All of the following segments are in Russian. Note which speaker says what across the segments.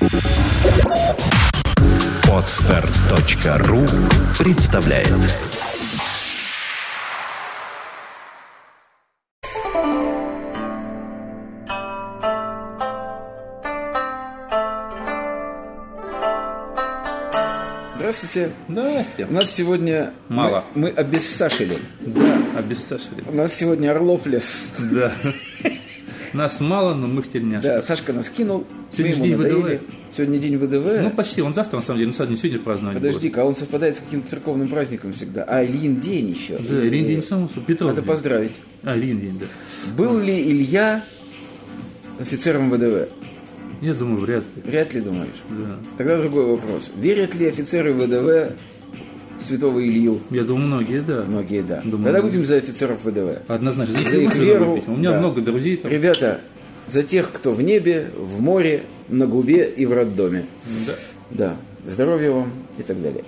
Speaker 1: Podster.ru представляет.
Speaker 2: Здравствуйте.
Speaker 3: Здрасте.
Speaker 2: У нас сегодня...
Speaker 3: Мало.
Speaker 2: Мы обессашили.
Speaker 3: Да, обессашили.
Speaker 2: У нас сегодня Орлов-лес.
Speaker 3: Да. Нас мало, но мы в тельняшках.
Speaker 2: Да, Сашка нас кинул.
Speaker 3: Сегодня день ВДВ.
Speaker 2: Сегодня день ВДВ.
Speaker 3: Ну, почти. Он завтра, на самом деле. Ну, сегодня праздновать
Speaker 2: Подожди-ка, а он совпадает с каким-то церковным праздником всегда. А, Ильин день еще.
Speaker 3: будет. Да, Ильин день самого Петров.
Speaker 2: Надо поздравить.
Speaker 3: Ильин день, да.
Speaker 2: Был ли Илья офицером ВДВ?
Speaker 3: Я думаю, вряд ли.
Speaker 2: Вряд ли, думаешь?
Speaker 3: Да.
Speaker 2: Тогда другой вопрос. Верят ли офицеры ВДВ в святого Илью?
Speaker 3: Я думаю, многие, да.
Speaker 2: Многие, да.
Speaker 3: Думаю,
Speaker 2: Тогда
Speaker 3: многие.
Speaker 2: будем за офицеров ВДВ.
Speaker 3: Однозначно.
Speaker 2: За их веру.
Speaker 3: У меня
Speaker 2: да.
Speaker 3: много друзей там.
Speaker 2: Ребята, за тех, кто в небе, в море, на губе и в роддоме.
Speaker 3: Да.
Speaker 2: Да. Здоровья вам и так далее.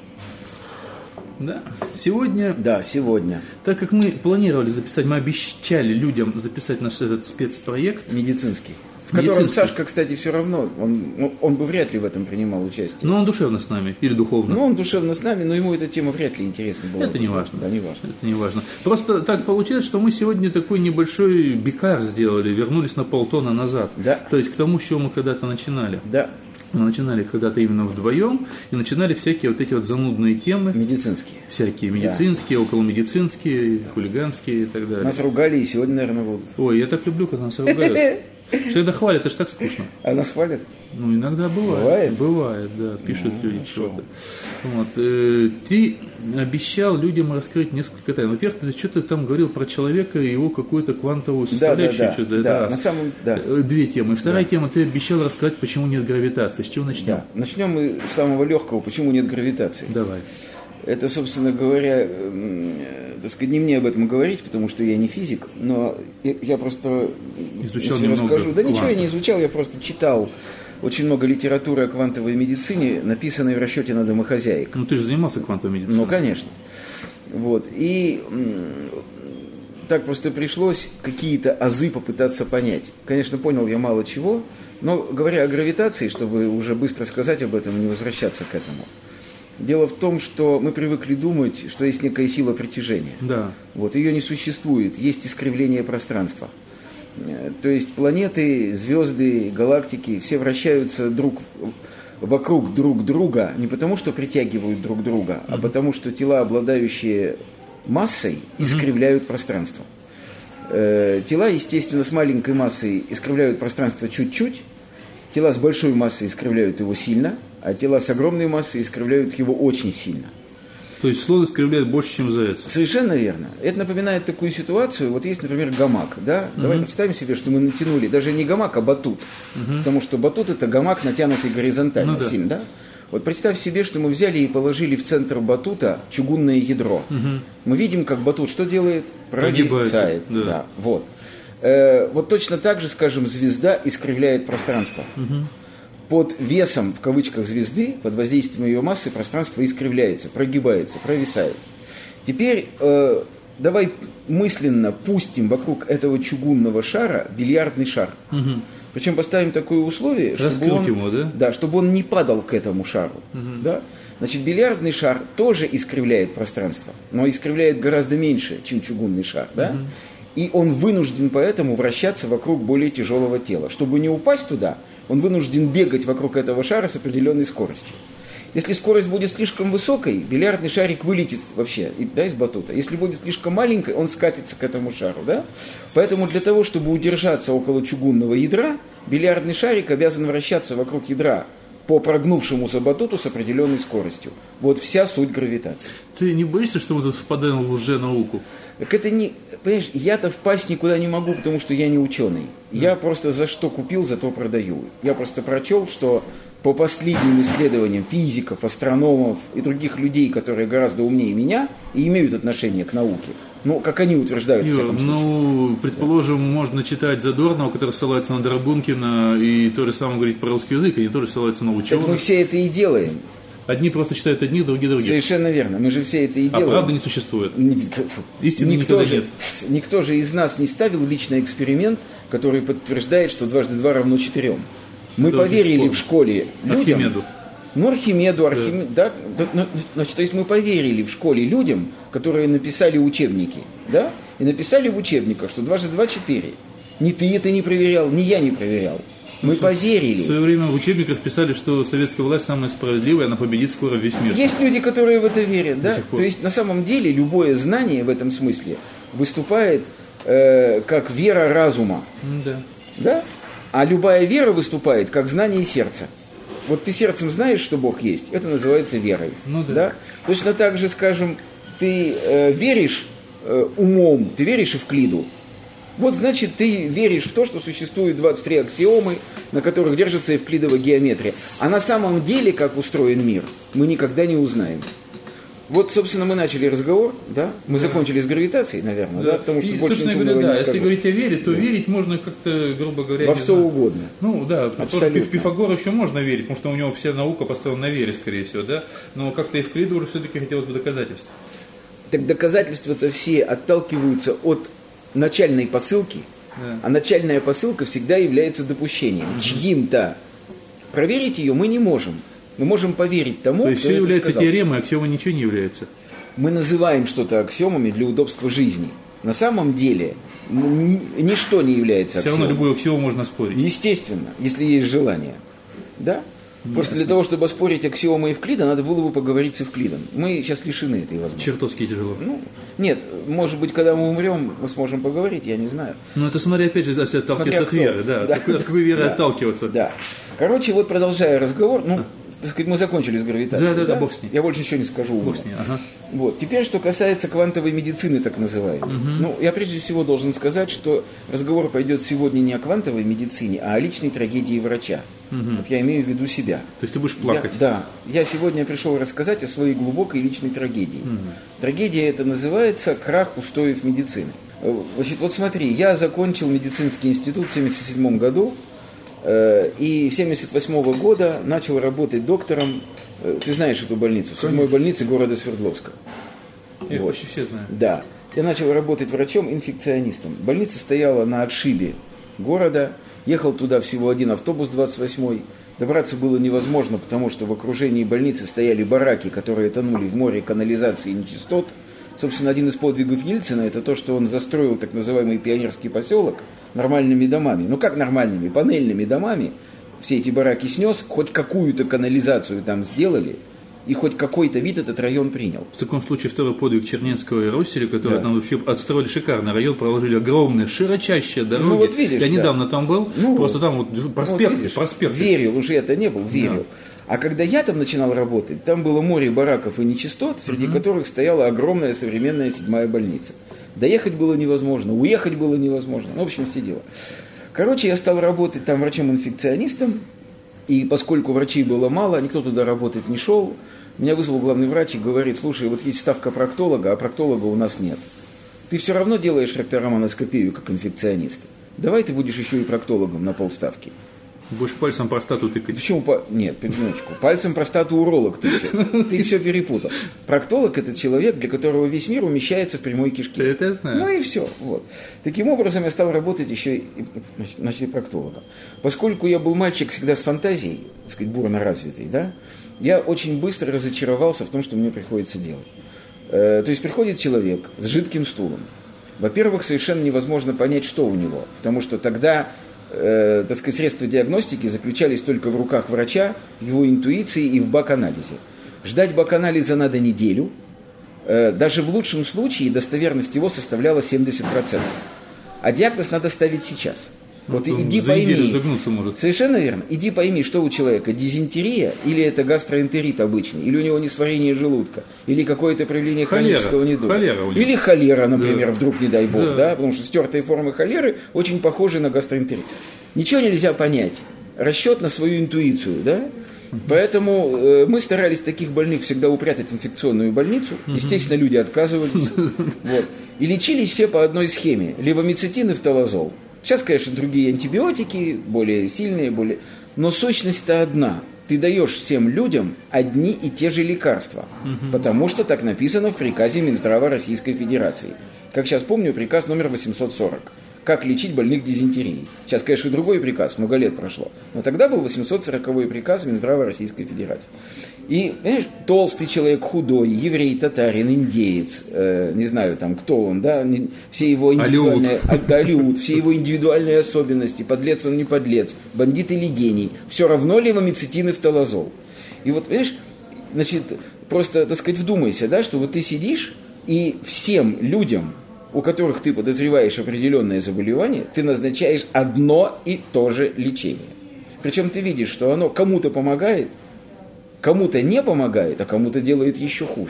Speaker 3: Да. Сегодня,
Speaker 2: Да, сегодня.
Speaker 3: так как мы планировали записать, мы обещали людям записать наш этот спецпроект.
Speaker 2: Медицинский. В котором
Speaker 3: Медицинский.
Speaker 2: Сашка, кстати, все равно, он бы вряд ли в этом принимал участие.
Speaker 3: Но он душевно с нами. Или духовно.
Speaker 2: Ну, он душевно с нами, но ему эта тема вряд ли интересна была.
Speaker 3: Это не важно.
Speaker 2: Да, не важно.
Speaker 3: Это не важно. Просто так получилось, что мы сегодня такой небольшой бикар сделали, вернулись на полтона назад.
Speaker 2: Да.
Speaker 3: То есть к тому, с чего мы когда-то начинали.
Speaker 2: Да,
Speaker 3: Мы начинали когда-то именно вдвоем и начинали всякие вот эти вот занудные темы.
Speaker 2: медицинские.
Speaker 3: Всякие медицинские, околомедицинские, хулиганские и так далее.
Speaker 2: Нас ругали и сегодня, наверное, будут.
Speaker 3: Ой, я так люблю, когда нас ругают. Что это хвалят, это ж так скучно.
Speaker 2: А нас хвалят?
Speaker 3: Ну, иногда бывает. Бывает, да, пишут люди что-то. Вот. Ты обещал людям раскрыть несколько тайн. Во-первых, ты что-то там говорил про человека и его какую-то квантовую составляющую. Что-то,
Speaker 2: да.
Speaker 3: раз.
Speaker 2: На самом, да.
Speaker 3: Две темы. Вторая тема, ты обещал рассказать, почему нет гравитации. С чего начнем?
Speaker 2: Да. Начнем мы с самого легкого, почему нет гравитации.
Speaker 3: Давай.
Speaker 2: Это, собственно говоря, так сказать, не мне об этом говорить, потому что я не физик, но я просто
Speaker 3: Изучал
Speaker 2: если
Speaker 3: немного
Speaker 2: расскажу. Да ничего я
Speaker 3: квантов.
Speaker 2: не изучал, я просто читал очень много литературы о квантовой медицине, написанной в расчете на домохозяек.
Speaker 3: Ну, ты же занимался квантовой медициной.
Speaker 2: Ну, конечно. Вот. И так просто пришлось какие-то азы попытаться понять. Конечно, понял я мало чего, но говоря о гравитации, чтобы уже быстро сказать об этом и не возвращаться к этому. Дело в том, что мы привыкли думать, что есть некая сила притяжения.
Speaker 3: Да.
Speaker 2: Вот, ее не существует, есть искривление пространства. То есть планеты, звезды, галактики, все вращаются вокруг друг друга не потому, что притягивают друг друга, а потому, что тела, обладающие массой, искривляют пространство. Тела, естественно, с маленькой массой искривляют пространство чуть-чуть, тела с большой массой искривляют его сильно, а тела с огромной массой искривляют его очень сильно.
Speaker 3: То есть слон искривляет больше, чем заяц.
Speaker 2: Совершенно верно. Это напоминает такую ситуацию. Вот есть, например, гамак. Да? Давай представим себе, что мы натянули даже не гамак, а батут. Потому что батут – это гамак, натянутый горизонтально,
Speaker 3: Ну да.
Speaker 2: сильно. Да? Вот представь себе, что мы взяли и положили в центр батута чугунное ядро. Мы видим, как батут что делает?
Speaker 3: Прогибается, да.
Speaker 2: Да. Вот. Вот точно так же, скажем, звезда искривляет пространство. Под весом, в кавычках, звезды, под воздействием ее массы, пространство искривляется, прогибается, провисает. Теперь давай мысленно пустим вокруг этого чугунного шара бильярдный шар. Причем поставим такое условие, чтобы он,
Speaker 3: его, да?
Speaker 2: Да, чтобы он не падал к этому шару. Да? Значит, бильярдный шар тоже искривляет пространство, но искривляет гораздо меньше, чем чугунный шар. Да? И он вынужден поэтому вращаться вокруг более тяжелого тела. Чтобы не упасть туда, он вынужден бегать вокруг этого шара с определенной скоростью. Если скорость будет слишком высокой, бильярдный шарик вылетит вообще из батута. Если будет слишком маленькой, он скатится к этому шару. Да? Поэтому для того, чтобы удержаться около чугунного ядра, бильярдный шарик обязан вращаться вокруг ядра по прогнувшемуся батуту с определенной скоростью. Вот вся суть гравитации.
Speaker 3: Ты не боишься, что мы тут впадаем в лженауку?
Speaker 2: Так это не... Понимаешь, я-то впасть никуда не могу, потому что я не ученый. Я просто за что купил, за то продаю. Я просто прочел, что по последним исследованиям физиков, астрономов и других людей, которые гораздо умнее меня и имеют отношение к науке, ну, как они утверждают, в всяком случае.
Speaker 3: Ну, предположим, можно читать Задорнова, который ссылается на Драгункина, и то же самое говорить про русский язык, они тоже ссылаются на ученых.
Speaker 2: Так мы все это и делаем.
Speaker 3: Одни просто читают одних, другие других.
Speaker 2: Совершенно верно. Мы же все это и
Speaker 3: А
Speaker 2: делаем.
Speaker 3: правда не существует. Истины
Speaker 2: Никто
Speaker 3: никогда нет.
Speaker 2: Никто же из нас не ставил личный эксперимент, который подтверждает, что 2 × 2 = 4. Мы поверили в школе людям.
Speaker 3: Архимеду.
Speaker 2: Архимеду, да. Значит, то есть мы поверили в школе людям, которые написали учебники, да, и написали в учебниках, что 2 × 2 = 4. Ни ты это не проверял, ни я не проверял. Мы поверили.
Speaker 3: В свое время в учебниках писали, что советская власть самая справедливая, она победит скоро весь мир.
Speaker 2: Есть люди, которые в это верят, да? То есть на самом деле любое знание в этом смысле выступает как вера разума.
Speaker 3: Да.
Speaker 2: Да? А любая вера выступает как знание сердца. Вот ты сердцем знаешь, что Бог есть, это называется верой.
Speaker 3: Ну, да.
Speaker 2: Да? Точно так же, скажем, ты веришь умом, ты веришь Евклиду. Вот значит, ты веришь в то, что существует 23 аксиомы, на которых держится евклидова геометрия. А на самом деле, как устроен мир, мы никогда не узнаем. Вот, собственно, мы начали разговор, да? Мы закончили с гравитацией, наверное, да? Потому что больше ничего не скажу.
Speaker 3: Если говорить о вере, то верить можно как-то, грубо говоря,
Speaker 2: во что угодно.
Speaker 3: Ну, да,
Speaker 2: абсолютно.
Speaker 3: В Пифагора еще можно верить, потому что у него вся наука построена на вере, скорее всего, да? Но как-то Евклиду уже все-таки хотелось бы доказательств.
Speaker 2: Так доказательства-то все отталкиваются от начальной посылки, да. А начальная посылка всегда является допущением. Чьим-то проверить ее мы не можем. Мы можем поверить тому,
Speaker 3: то есть
Speaker 2: кто
Speaker 3: все
Speaker 2: это
Speaker 3: является
Speaker 2: сказал.
Speaker 3: теоремой, а аксиомой ничего не является.
Speaker 2: Мы называем что-то аксиомами для удобства жизни. На самом деле ничто не является аксиомой.
Speaker 3: Все равно любую аксиому можно спорить.
Speaker 2: Естественно, если есть желание. Да? Просто для того, чтобы оспорить аксиомы Евклида, надо было бы поговорить с Евклидом. Мы сейчас лишены этой возможности.
Speaker 3: Чертовски тяжело.
Speaker 2: Ну, нет, может быть, когда мы умрем, мы сможем поговорить, я не знаю.
Speaker 3: Ну, это смотря, опять же, если отталкиваться от веры, да. От какой веры отталкиваться.
Speaker 2: Да. Короче, вот продолжая разговор, так сказать, мы закончили с гравитацией.
Speaker 3: Да, бог с ней.
Speaker 2: Я больше ничего не скажу.
Speaker 3: Бог с ней, ага.
Speaker 2: Вот. Теперь, что касается квантовой медицины, так называемой. Ну, я прежде всего должен сказать, что разговор пойдет сегодня не о квантовой медицине, а о личной трагедии врача. Вот я имею в виду себя.
Speaker 3: То есть ты будешь плакать?
Speaker 2: Я сегодня пришел рассказать о своей глубокой личной трагедии. Трагедия эта называется «Крах устоев медицины». Значит, вот смотри, я закончил медицинский институт в 1977 году, и с 1978 года начал работать доктором. Ты знаешь эту больницу, в 7-й больнице города Свердловска.
Speaker 3: Я почти все знаю.
Speaker 2: Да. Я начал работать врачом-инфекционистом. Больница стояла на отшибе города. Ехал туда всего один автобус 28-й. Добраться было невозможно, потому что в окружении больницы стояли бараки, которые тонули в море канализации и нечистот. Собственно, один из подвигов Ельцина – это то, что он застроил так называемый пионерский поселок нормальными домами. Ну как нормальными? Панельными домами. Все эти бараки снес, хоть какую-то канализацию там сделали, и хоть какой-то вид этот район принял.
Speaker 3: В таком случае второй подвиг Черненского и Росселя, которые там вообще отстроили шикарный район, проложили огромные, широчайшие дороги.
Speaker 2: Ну, вот видишь,
Speaker 3: я недавно там был, просто там вот проспекты.
Speaker 2: Верил, уже это не был, верил. Да. А когда я там начинал работать, там было море бараков и нечистот, среди которых стояла огромная современная 7-я больница. Доехать было невозможно, уехать было невозможно. Ну, в общем, все дела. Короче, я стал работать там врачом-инфекционистом, и поскольку врачей было мало, никто туда работать не шел, меня вызвал главный врач и говорит: слушай, вот есть ставка проктолога, а проктолога у нас нет. Ты все равно делаешь ректоромоноскопию как инфекционист. Давай ты будешь еще и проктологом на полставки.
Speaker 3: Будешь пальцем простату тыкать.
Speaker 2: Почему? Нет, минуточку. Пальцем простату уролог тычет. Ты все перепутал. Проктолог – это человек, для которого весь мир умещается в прямой кишке.
Speaker 3: Это я знаю.
Speaker 2: Ну и все. Вот. Таким образом, я стал работать еще и проктологом. Поскольку я был мальчик всегда с фантазией, так сказать, бурно развитой, да, я очень быстро разочаровался в том, что мне приходится делать. То есть приходит человек с жидким стулом. Во-первых, совершенно невозможно понять, что у него, потому что тогда так сказать, средства диагностики заключались только в руках врача, в его интуиции и в бак-анализе. Ждать бак-анализа надо неделю. Даже в лучшем случае достоверность его составляла 70%. А диагноз надо ставить сейчас. Вот иди пойми. Совершенно верно. Иди пойми, что у человека: дизентерия, или это гастроэнтерит обычный, или у него несварение желудка, или какое-то проявление хронического недуга. Или холера, например, вдруг, не дай бог, да, потому что стертые формы холеры очень похожи на гастроэнтерит. Ничего нельзя понять. Расчет на свою интуицию, да? Поэтому мы старались таких больных всегда упрятать в инфекционную больницу. Естественно, люди отказывались. Вот. И лечились все по одной схеме: левомицетин и фталазол. Сейчас, конечно, другие антибиотики, более сильные, более... но сущность-то одна. Ты даешь всем людям одни и те же лекарства, потому что так написано в приказе Минздрава Российской Федерации. Как сейчас помню, приказ номер 840. как лечить больных дизентерией. Сейчас, конечно, другой приказ, много лет прошло. Но тогда был 840-й приказ Минздрава Российской Федерации. И, понимаешь, толстый человек, худой, еврей, татарин, индеец, не знаю, там, кто он, да, все его индивидуальные... Алиут, все его индивидуальные особенности, подлец он, не подлец, бандит или гений, все равно ли ламицетин и фталазол. И вот, понимаешь, значит, просто, так сказать, вдумайся, да, что вот ты сидишь, и всем людям, у которых ты подозреваешь определенное заболевание, ты назначаешь одно и то же лечение. Причем ты видишь, что оно кому-то помогает, кому-то не помогает, а кому-то делает еще хуже.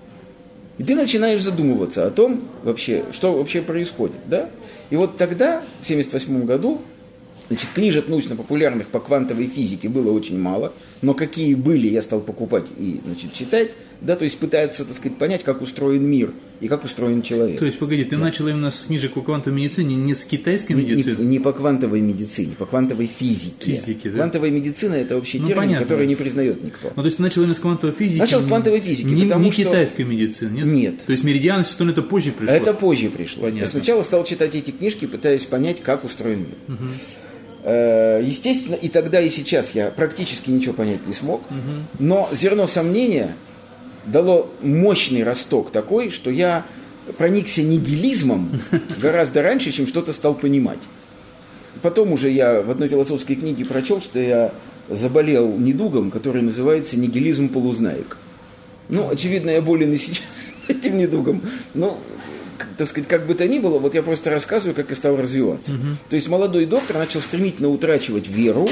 Speaker 2: И ты начинаешь задумываться о том, вообще, что вообще происходит. Да? И вот тогда, в 1978 году, значит, книжек научно-популярных по квантовой физике было очень мало, но какие были, я стал покупать и, значит, читать, да, то есть пытаются, так сказать, понять, как устроен мир и как устроен человек.
Speaker 3: То есть, погоди, ты начал именно с книжек по квантовой медицине, не с китайской медицины?
Speaker 2: Не по квантовой медицине, по квантовой физике.
Speaker 3: Физике, да?
Speaker 2: Квантовая медицина – это вообще термин, понятно, который не признает никто.
Speaker 3: Ну, то есть, ты начал именно с квантовой физики?
Speaker 2: Начал с квантовой физики,
Speaker 3: не китайской медицины, нет?
Speaker 2: Нет.
Speaker 3: То есть, меридианы, что это позже пришло?
Speaker 2: Это позже пришло.
Speaker 3: Понятно.
Speaker 2: Я сначала стал читать эти книжки, пытаясь понять, как устроен мир.
Speaker 3: Угу.
Speaker 2: Естественно, и тогда, и сейчас я практически ничего понять не смог, но зерно сомнения дало мощный росток такой, что я проникся нигилизмом гораздо раньше, чем что-то стал понимать. Потом уже я в одной философской книге прочел, что я заболел недугом, который называется нигилизм полузнаек. Ну, очевидно, я болен и сейчас этим недугом, но, так сказать, как бы то ни было, вот я просто рассказываю, как я стал развиваться. То есть молодой доктор начал стремительно утрачивать веру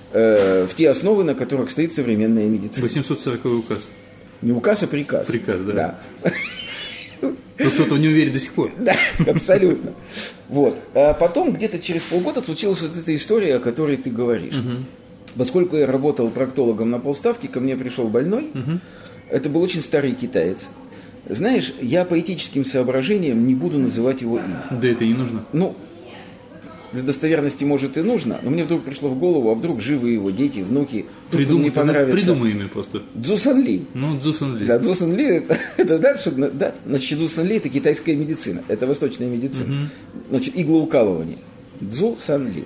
Speaker 2: в те основы, на которых стоит современная медицина.
Speaker 3: 840-й указ.
Speaker 2: Не указ, а приказ.
Speaker 3: Приказ, да.
Speaker 2: Да.
Speaker 3: Но кто-то в него верит до сих пор.
Speaker 2: Да, абсолютно. Вот. А потом, где-то через полгода, случилась вот эта история, о которой ты говоришь. Поскольку я работал проктологом на полставки, ко мне пришел больной. Это был очень старый китаец. Знаешь, я по этическим соображениям не буду называть его имя.
Speaker 3: Да это не нужно.
Speaker 2: Ну, для достоверности, может, и нужно, но мне вдруг пришло в голову, а вдруг живы его дети, внуки, не понравится.
Speaker 3: Придумай имя просто.
Speaker 2: Цзусан Ли.
Speaker 3: Ну, Цзусан Ли.
Speaker 2: Да, Цзусан Ли, это да, что, да, значит, Цзусан Ли – это китайская медицина, это восточная медицина. Значит, иглоукалывание. Цзусан Ли.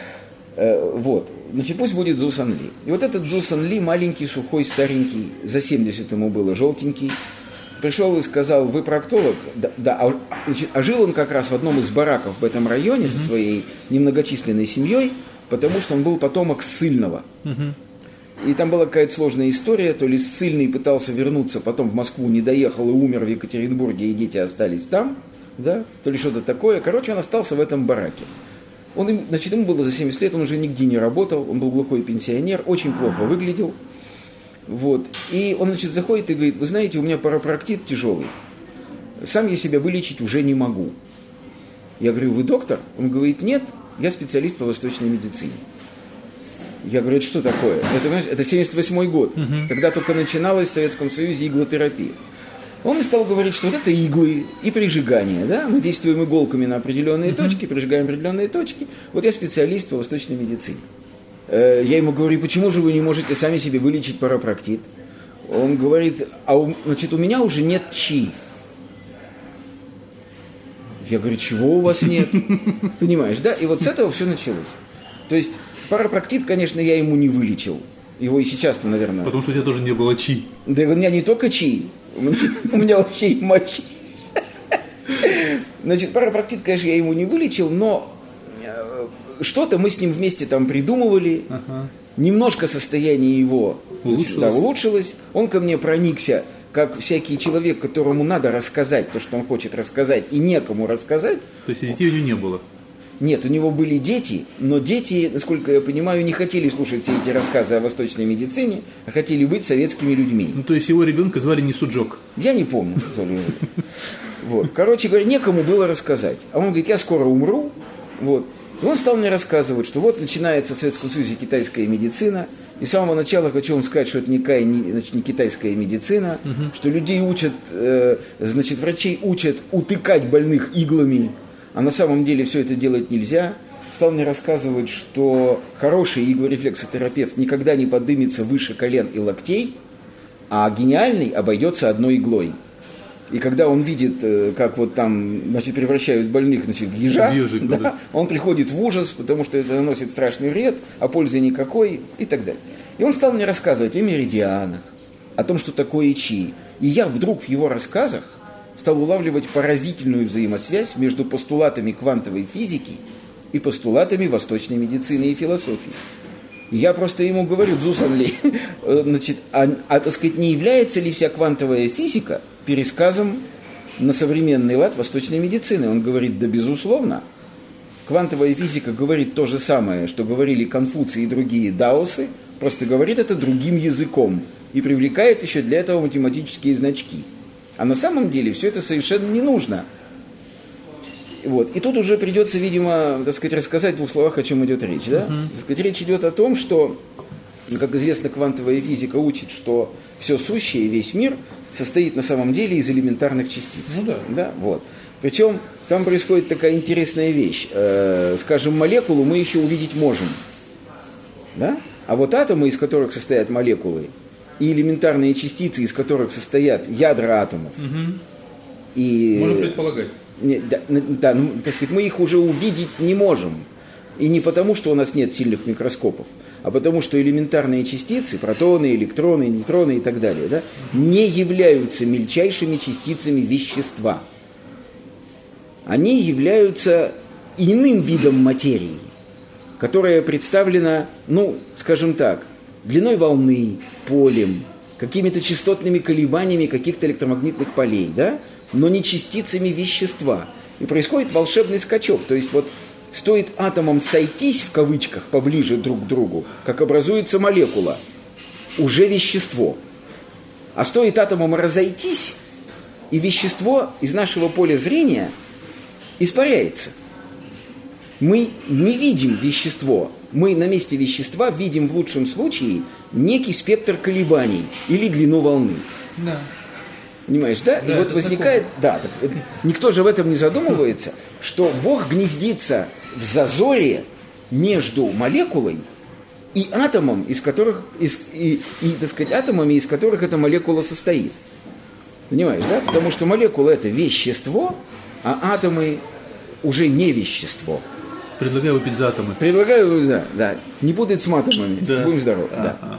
Speaker 2: Вот. Значит, пусть будет Цзусан Ли. И вот этот Цзусан Ли, маленький, сухой, старенький, за 70 ему было, желтенький, пришел и сказал: вы проктолог? Да. А жил он как раз в одном из бараков в этом районе со своей немногочисленной семьей, потому что он был потомок ссыльного. И там была какая-то сложная история, то ли ссыльный пытался вернуться, потом в Москву не доехал и умер в Екатеринбурге, и дети остались там, да, то ли что-то такое. Короче, он остался в этом бараке. Значит, ему было за 70 лет, он уже нигде не работал, он был глухой пенсионер, очень плохо выглядел. Вот. И он, значит, заходит и говорит: вы знаете, у меня парапроктит тяжелый, сам я себя вылечить уже не могу. Я говорю: вы доктор? Он говорит: нет, я специалист по восточной медицине. Я говорю: это что такое? Это 78-й год, тогда только начиналась в Советском Союзе иглотерапия. Он стал говорить, что вот это иглы и прижигание, да? Мы действуем иголками на определенные точки, прижигаем определенные точки. Вот я специалист по восточной медицине. Я ему говорю: почему же вы не можете сами себе вылечить парапроктит? Он говорит: значит, у меня уже нет чи. Я говорю: чего у вас нет? Понимаешь, да? И вот с этого все началось. То есть парапроктит, конечно, я ему не вылечил. Его и сейчас-то, наверное...
Speaker 3: Потому что у тебя тоже не было чи.
Speaker 2: Да у меня не только чи, у меня вообще и мочи. Значит, парапроктит, конечно, я ему не вылечил, но что-то мы с ним вместе там придумывали. Немножко состояние его улучшилось. Он ко мне проникся, как всякий человек, которому надо рассказать то, что он хочет рассказать, и некому рассказать.
Speaker 3: То есть детей у него не было?
Speaker 2: Нет, у него были дети, но дети, насколько я понимаю, не хотели слушать все эти рассказы о восточной медицине, а хотели быть советскими людьми.
Speaker 3: Ну, то есть его ребенка звали не Суджок?
Speaker 2: Я не помню, звали его. Вот. Короче говоря, некому было рассказать. А он говорит: я скоро умру. Вот. И он стал мне рассказывать, что вот начинается в Советском Союзе китайская медицина, и с самого начала хочу вам сказать, что это не китайская медицина, что людей учат, значит, врачей учат утыкать больных иглами, а на самом деле все это делать нельзя. Стал мне рассказывать, что хороший иглорефлексотерапевт никогда не поднимется выше колен и локтей, а гениальный обойдется одной иглой. И когда он видит, как вот там, значит, превращают больных, значит, в ежа, да, он приходит в ужас, потому что это наносит страшный вред, а пользы никакой и так далее. И он стал мне рассказывать о меридианах, о том, что такое чи. И я вдруг в его рассказах стал улавливать поразительную взаимосвязь между постулатами квантовой физики и постулатами восточной медицины и философии. И я просто ему говорю, Дзусанли, значит, так сказать, не является ли вся квантовая физика пересказом на современный лад восточной медицины? Он говорит, да, безусловно. Квантовая физика говорит то же самое, что говорили Конфуций и другие даосы, просто говорит это другим языком и привлекает еще для этого математические значки. А на самом деле все это совершенно не нужно. Вот. И тут уже придется, видимо, так сказать, рассказать в двух словах, о чем идет речь. Да? Так сказать, речь идет о том, что, как известно, квантовая физика учит, что все сущее, весь мир состоит на самом деле из элементарных частиц.
Speaker 3: Ну да.
Speaker 2: Да? Вот. Причем там происходит такая интересная вещь. Скажем, молекулу мы еще увидеть можем. Да? А вот атомы, из которых состоят молекулы, и элементарные частицы, из которых состоят ядра атомов, и...
Speaker 3: Можно предполагать.
Speaker 2: Да, так сказать, мы их уже увидеть не можем. И не потому, что у нас нет сильных микроскопов, а потому, что элементарные частицы, протоны, электроны, нейтроны и так далее, да, не являются мельчайшими частицами вещества. Они являются иным видом материи, которая представлена, ну, скажем так, длиной волны, полем, какими-то частотными колебаниями каких-то электромагнитных полей, да, но не частицами вещества. И происходит волшебный скачок. То есть вот стоит атомам сойтись, в кавычках, поближе друг к другу, как образуется молекула, уже вещество. А стоит атомам разойтись, и вещество из нашего поля зрения испаряется. Мы не видим вещество. Мы на месте вещества видим в лучшем случае некий спектр колебаний или длину волны.
Speaker 3: Да.
Speaker 2: Понимаешь, да?
Speaker 3: Да,
Speaker 2: и вот возникает, никто же в этом не задумывается, что Бог гнездится в зазоре между молекулой и атомом, из которых, так сказать, атомами, из которых эта молекула состоит. Понимаешь, да? Потому что молекула – это вещество, а атомы уже не вещество.
Speaker 3: Предлагаю выпить за атомы.
Speaker 2: Предлагаю, да. Не путать с атомами. Да. Будем здоровы. Да.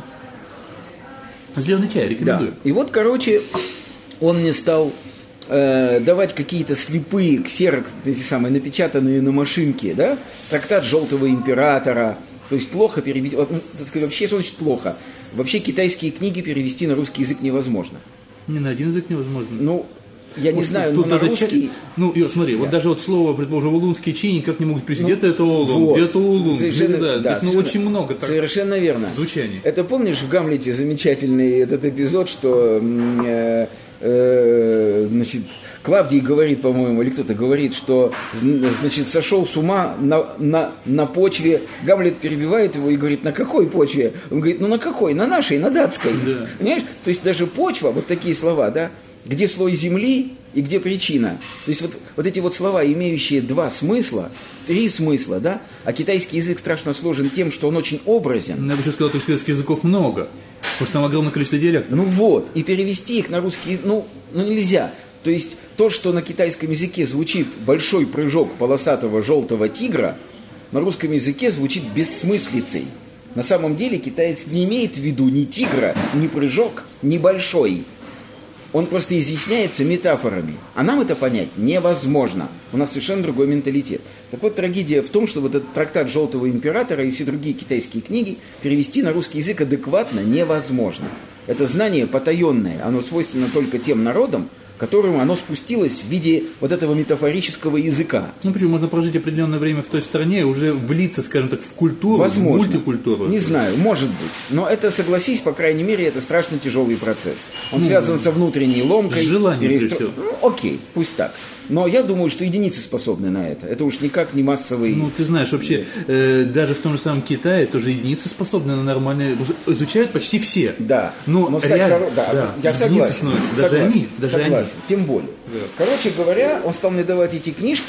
Speaker 3: Зеленый чай рекомендую.
Speaker 2: Да. И вот, короче, он мне стал давать какие-то слепые ксерокс, эти самые напечатанные на машинке, да, трактат Желтого императора. То есть плохо перевести, так сказать, вообще, что значит плохо? Вообще китайские книги перевести на русский язык невозможно.
Speaker 3: Не на один язык невозможно.
Speaker 2: Ну, я не знаю, но на русский...
Speaker 3: Ну, Юр, смотри, вот даже вот слово, предположим, улунские чаи никак не могут перевести. Где-то это улун,
Speaker 2: вот,
Speaker 3: где-то улун.
Speaker 2: Совершенно,
Speaker 3: Да, то есть, очень много так
Speaker 2: совершенно верно.
Speaker 3: Звучаний.
Speaker 2: Это помнишь в «Гамлете» замечательный этот эпизод, что значит, Клавдий говорит, по-моему, или кто-то говорит, что, значит, сошел с ума на почве. Гамлет перебивает его и говорит, на какой почве? Он говорит, ну на какой? На нашей, на датской.
Speaker 3: Да.
Speaker 2: Понимаешь? То есть даже почва, вот такие слова, да, где слой земли и где причина. То есть вот эти вот слова, имеющие два смысла, три смысла, да, а китайский язык страшно сложен тем, что он очень образен.
Speaker 3: Я бы еще сказал, что китайских языков много, потому что там огромное количество диалектов.
Speaker 2: Ну вот, и перевести их на русский, ну нельзя. То есть то, что на китайском языке звучит большой прыжок полосатого желтого тигра, на русском языке звучит бессмыслицей. На самом деле китаец не имеет в виду ни тигра, ни прыжок, ни большой. Он просто изъясняется метафорами. А нам это понять невозможно. У нас совершенно другой менталитет. Так вот, трагедия в том, что вот этот трактат Желтого императора и все другие китайские книги перевести на русский язык адекватно невозможно. Это знание потаенное, оно свойственно только тем народам, которому оно спустилось в виде вот этого метафорического языка.
Speaker 3: Ну почему? Можно прожить определенное время в той стране и уже влиться, скажем так, в культуру,
Speaker 2: возможно,
Speaker 3: в мультикультуру.
Speaker 2: Не знаю, может быть. Но это, согласись, по крайней мере, это страшно тяжелый процесс. Он связан со внутренней ломкой.
Speaker 3: Желание,
Speaker 2: Ну, окей, пусть так. Но я думаю, что единицы способны на это. Это уж никак не массовый...
Speaker 3: Ну, ты знаешь, вообще, даже в том же самом Китае тоже единицы способны на нормальные... Изучают почти все.
Speaker 2: Да.
Speaker 3: Но
Speaker 2: стать
Speaker 3: реально,
Speaker 2: да, я согласен.
Speaker 3: Даже они.
Speaker 2: Тем более. Да. Короче говоря, он стал мне давать эти книжки,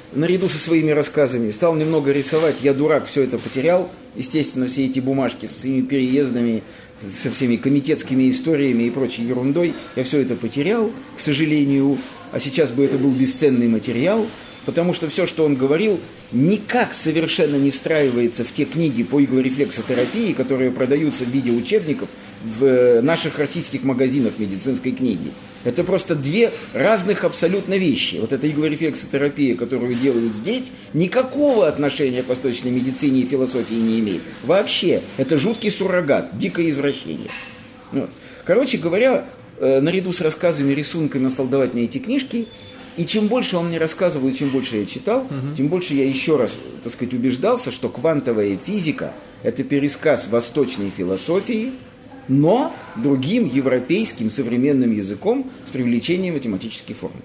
Speaker 2: наряду со своими рассказами, стал немного рисовать. Я дурак, все это потерял. Естественно, все эти бумажки со своими переездами, со всеми комитетскими историями и прочей ерундой, я все это потерял, к сожалению. А сейчас бы это был бесценный материал, потому что все, что он говорил, никак совершенно не встраивается в те книги по иглорефлексотерапии, которые продаются в виде учебников в наших российских магазинах медицинской книги. Это просто две разных абсолютно вещи. Вот эта иглорефлексотерапия, которую делают здесь, никакого отношения к восточной медицине и философии не имеет. Вообще, это жуткий суррогат, дикое извращение. Вот. Короче говоря, наряду с рассказами, рисунками он стал давать мне эти книжки. И чем больше он мне рассказывал, и чем больше я читал, тем больше я еще раз, так сказать, убеждался, что квантовая физика – это пересказ восточной философии, но другим европейским современным языком с привлечением математической формы.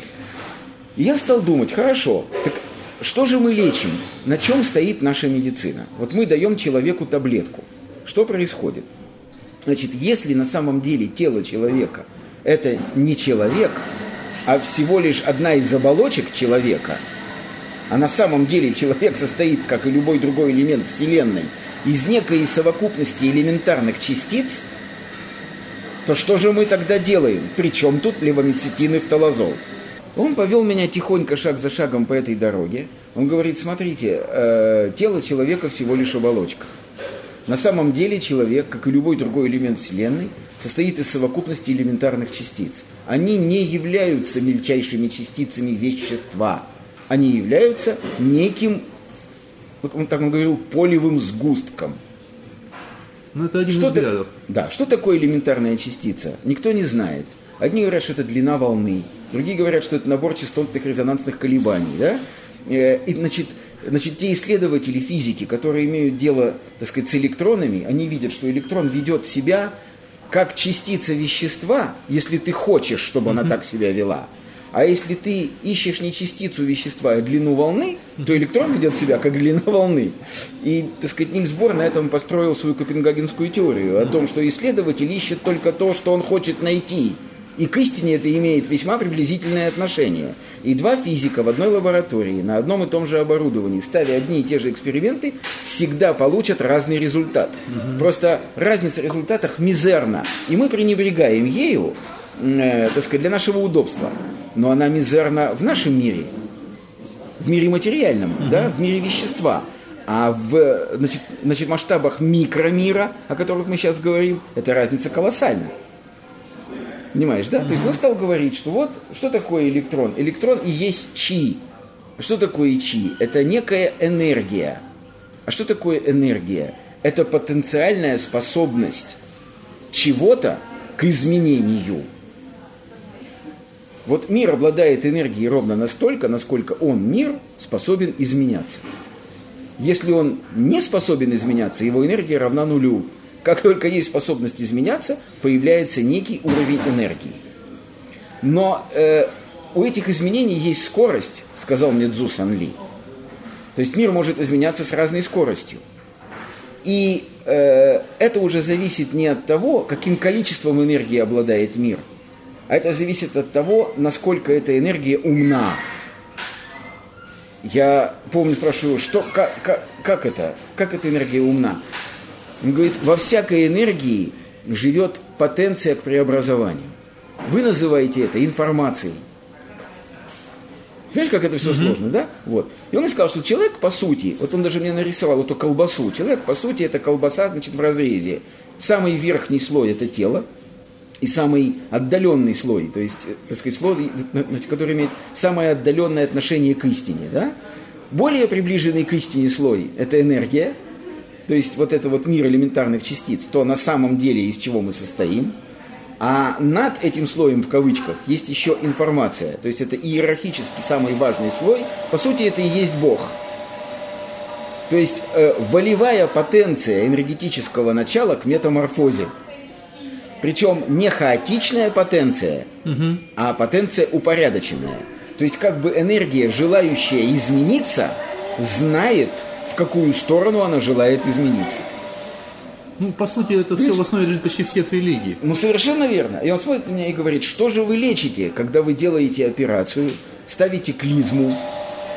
Speaker 2: И я стал думать, хорошо, так что же мы лечим? На чем стоит наша медицина? Вот мы даем человеку таблетку. Что происходит? Значит, если на самом деле тело человека – это не человек, а всего лишь одна из оболочек человека, а на самом деле человек состоит, как и любой другой элемент Вселенной, из некой совокупности элементарных частиц, то что же мы тогда делаем? Причем тут левомицетин и фталазол? Он повел меня тихонько, шаг за шагом по этой дороге. Он говорит, смотрите, тело человека всего лишь оболочка. На самом деле человек, как и любой другой элемент Вселенной, состоит из совокупности элементарных частиц. Они не являются мельчайшими частицами вещества. Они являются неким, так он говорил, полевым сгустком.
Speaker 3: Ну, это один из взглядов.
Speaker 2: Да, что такое элементарная частица? Никто не знает. Одни говорят, что это длина волны, другие говорят, что это набор частотных резонансных колебаний. Да? И, значит, те исследователи физики, которые имеют дело, так сказать, с электронами, они видят, что электрон ведет себя как частица вещества, если ты хочешь, чтобы она так себя вела. А если ты ищешь не частицу вещества, а длину волны, то электрон ведет себя как длина волны. И, так сказать, Нильс Бор на этом построил свою копенгагенскую теорию о том, что исследователь ищет только то, что он хочет найти. И к истине это имеет весьма приблизительное отношение. И два физика в одной лаборатории, на одном и том же оборудовании, ставя одни и те же эксперименты, всегда получат разный результат. Просто разница в результатах мизерна. И мы пренебрегаем ею, так сказать, для нашего удобства. Но она мизерна в нашем мире, в мире материальном, да, в мире вещества. А в значит, масштабах микромира, о которых мы сейчас говорим, эта разница колоссальна. Понимаешь, да? То есть он стал говорить, что вот, что такое электрон? Электрон и есть чи. Что такое чи? Это некая энергия. А что такое энергия? Это потенциальная способность чего-то к изменению. Вот мир обладает энергией ровно настолько, насколько он, мир, способен изменяться. Если он не способен изменяться, его энергия равна нулю. Как только есть способность изменяться, появляется некий уровень энергии. Но у этих изменений есть скорость, сказал мне Цзу Санли. То есть мир может изменяться с разной скоростью. И это уже зависит не от того, каким количеством энергии обладает мир, а это зависит от того, насколько эта энергия умна. Я помню, спрашиваю, как эта энергия умна? Он говорит, во всякой энергии живет потенция к преобразованию. Вы называете это информацией. Понимаешь, как это все сложно, да? Вот. И он мне сказал, что человек, по сути, вот он даже мне нарисовал эту колбасу. Человек, по сути, это колбаса, значит, в разрезе. Самый верхний слой – это тело, и самый отдаленный слой, то есть, так сказать, слой, значит, который имеет самое отдаленное отношение к истине, да? Более приближенный к истине слой – это энергия, то есть вот это вот мир элементарных частиц, то на самом деле из чего мы состоим. А над этим слоем, в кавычках, есть еще информация. То есть это иерархически самый важный слой. По сути, это и есть Бог. То есть волевая потенция энергетического начала к метаморфозе. Причем не хаотичная потенция, а потенция упорядоченная. То есть как бы энергия, желающая измениться, знает, в какую сторону она желает измениться.
Speaker 3: Ну, по сути, это все в основе лежит почти всех религий.
Speaker 2: Ну, совершенно верно. И он смотрит на меня и говорит, что же вы лечите, когда вы делаете операцию, ставите клизму,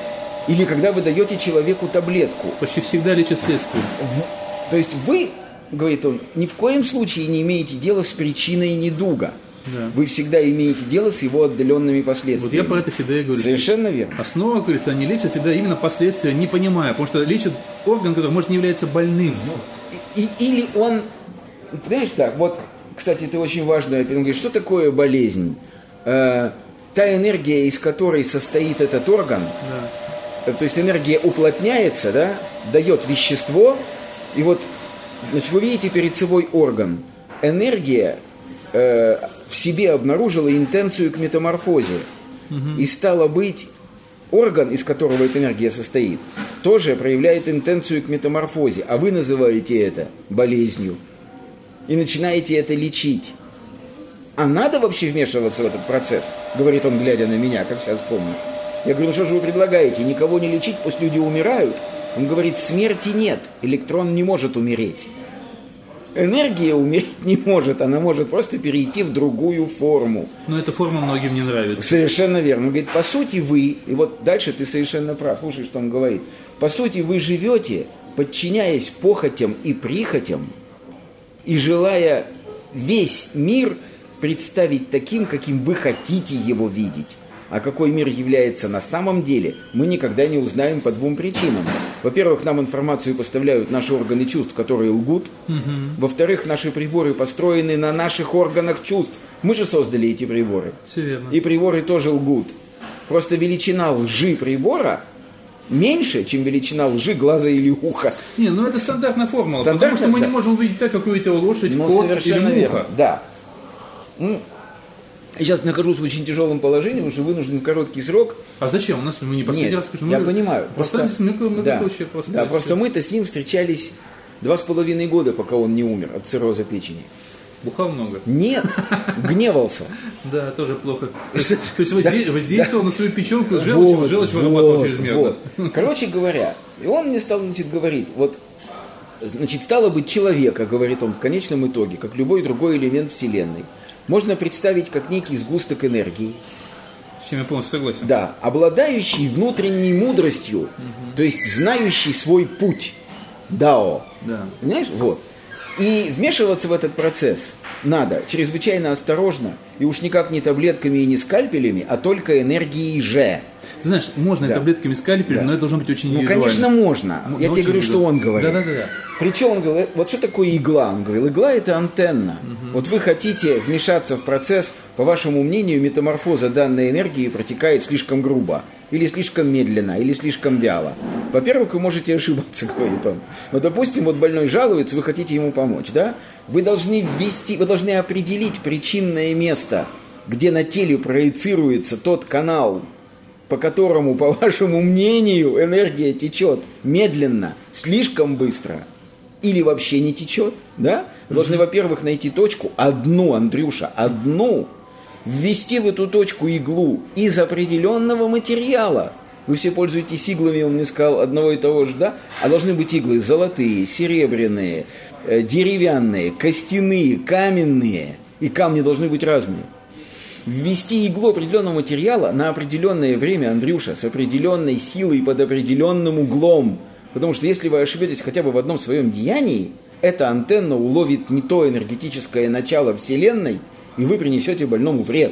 Speaker 2: Или когда вы даете человеку таблетку.
Speaker 3: Почти всегда лечит следствие.
Speaker 2: То есть вы, говорит он, ни в коем случае не имеете дела с причиной недуга.
Speaker 3: Да.
Speaker 2: Вы всегда имеете дело с его отдаленными последствиями.
Speaker 3: Вот я про это всегда и говорю.
Speaker 2: Совершенно верно.
Speaker 3: Основа, говорится, они лечат всегда именно последствия, не понимая, потому что лечат орган, который, может, не является больным.
Speaker 2: Или он, знаешь, так, вот, кстати, это очень важно, он говорит, что такое болезнь? Та энергия, из которой состоит этот орган, то есть энергия уплотняется, да, дает вещество, и вот, значит, вы видите перед собой орган. Энергия в себе обнаружила интенцию к метаморфозе. И стало быть, орган, из которого эта энергия состоит, тоже проявляет интенцию к метаморфозе, а вы называете это болезнью. И начинаете это лечить. А надо вообще вмешиваться в этот процесс? Говорит он, глядя на меня, как сейчас помню. Я говорю, ну что же вы предлагаете? Никого не лечить, пусть люди умирают? Он говорит, смерти нет, электрон не может умереть. Энергия умереть не может, она может просто перейти в другую форму.
Speaker 3: Но эта форма многим не нравится.
Speaker 2: Совершенно верно. Он говорит, по сути вы, и вот дальше ты совершенно прав, слушай, что он говорит. По сути вы живете, подчиняясь похотям и прихотям, и желая весь мир представить таким, каким вы хотите его видеть. А какой мир является на самом деле, мы никогда не узнаем по двум причинам. Во-первых, нам информацию поставляют наши органы чувств, которые лгут. Во-вторых, наши приборы построены на наших органах чувств. Мы же создали эти приборы.
Speaker 3: Все верно.
Speaker 2: И приборы тоже лгут. Просто величина лжи прибора меньше, чем величина лжи глаза или уха.
Speaker 3: Не, ну это стандартная формула, потому что мы не можем увидеть так, какую то лошадь, кот или муха.
Speaker 2: Верно. Да. Я сейчас нахожусь в очень тяжелом положении, потому что вынужден в короткий срок.
Speaker 3: А зачем? У нас мы не последний раз пишем.
Speaker 2: Я понимаю.
Speaker 3: Просто многоточие.
Speaker 2: Да, просто мы-то с ним встречались 2,5 года, пока он не умер от цирроза печени.
Speaker 3: Бухал много?
Speaker 2: Нет, гневался.
Speaker 3: Да, тоже плохо. То есть воздействовал на свою печенку, желчь вырабатывал чрезмерно.
Speaker 2: Короче говоря, и он мне стал, говорить, стало быть, человека, говорит он, в конечном итоге, как любой другой элемент Вселенной, можно представить как некий сгусток энергии.
Speaker 3: С чем я полностью согласен.
Speaker 2: Да, обладающий внутренней мудростью, то есть знающий свой путь. Дао.
Speaker 3: Да.
Speaker 2: Понимаешь? Вот. И вмешиваться в этот процесс надо чрезвычайно осторожно, и уж никак не таблетками и не скальпелями, а только энергией же.
Speaker 3: Ты знаешь, можно и таблетками, и скальпелями, но это должно быть очень индивидуально.
Speaker 2: Конечно, можно. Я тебе говорю, что он говорит.
Speaker 3: Да.
Speaker 2: Причем он говорит, вот что такое игла? Он говорил, игла – это антенна. Вот вы хотите вмешаться в процесс, по вашему мнению, метаморфоза данной энергии протекает слишком грубо, или слишком медленно, или слишком вяло. Во-первых, вы можете ошибаться, говорит он. Но, допустим, вот больной жалуется, вы хотите ему помочь, да? Вы должны определить причинное место, где на теле проецируется тот канал, по которому, по вашему мнению, энергия течет медленно, слишком быстро или вообще не течет, да? Вы должны, во-первых, найти точку, одну, Андрюша, одну, ввести в эту точку иглу из определенного материала. Вы все пользуетесь иглами, он мне сказал, одного и того же, да? А должны быть иглы золотые, серебряные, деревянные, костяные, каменные. И камни должны быть разные. Ввести иглу определенного материала на определенное время, Андрюша, с определенной силой под определенным углом. Потому что если вы ошибетесь хотя бы в одном своем деянии, эта антенна уловит не то энергетическое начало Вселенной, и вы принесете больному вред.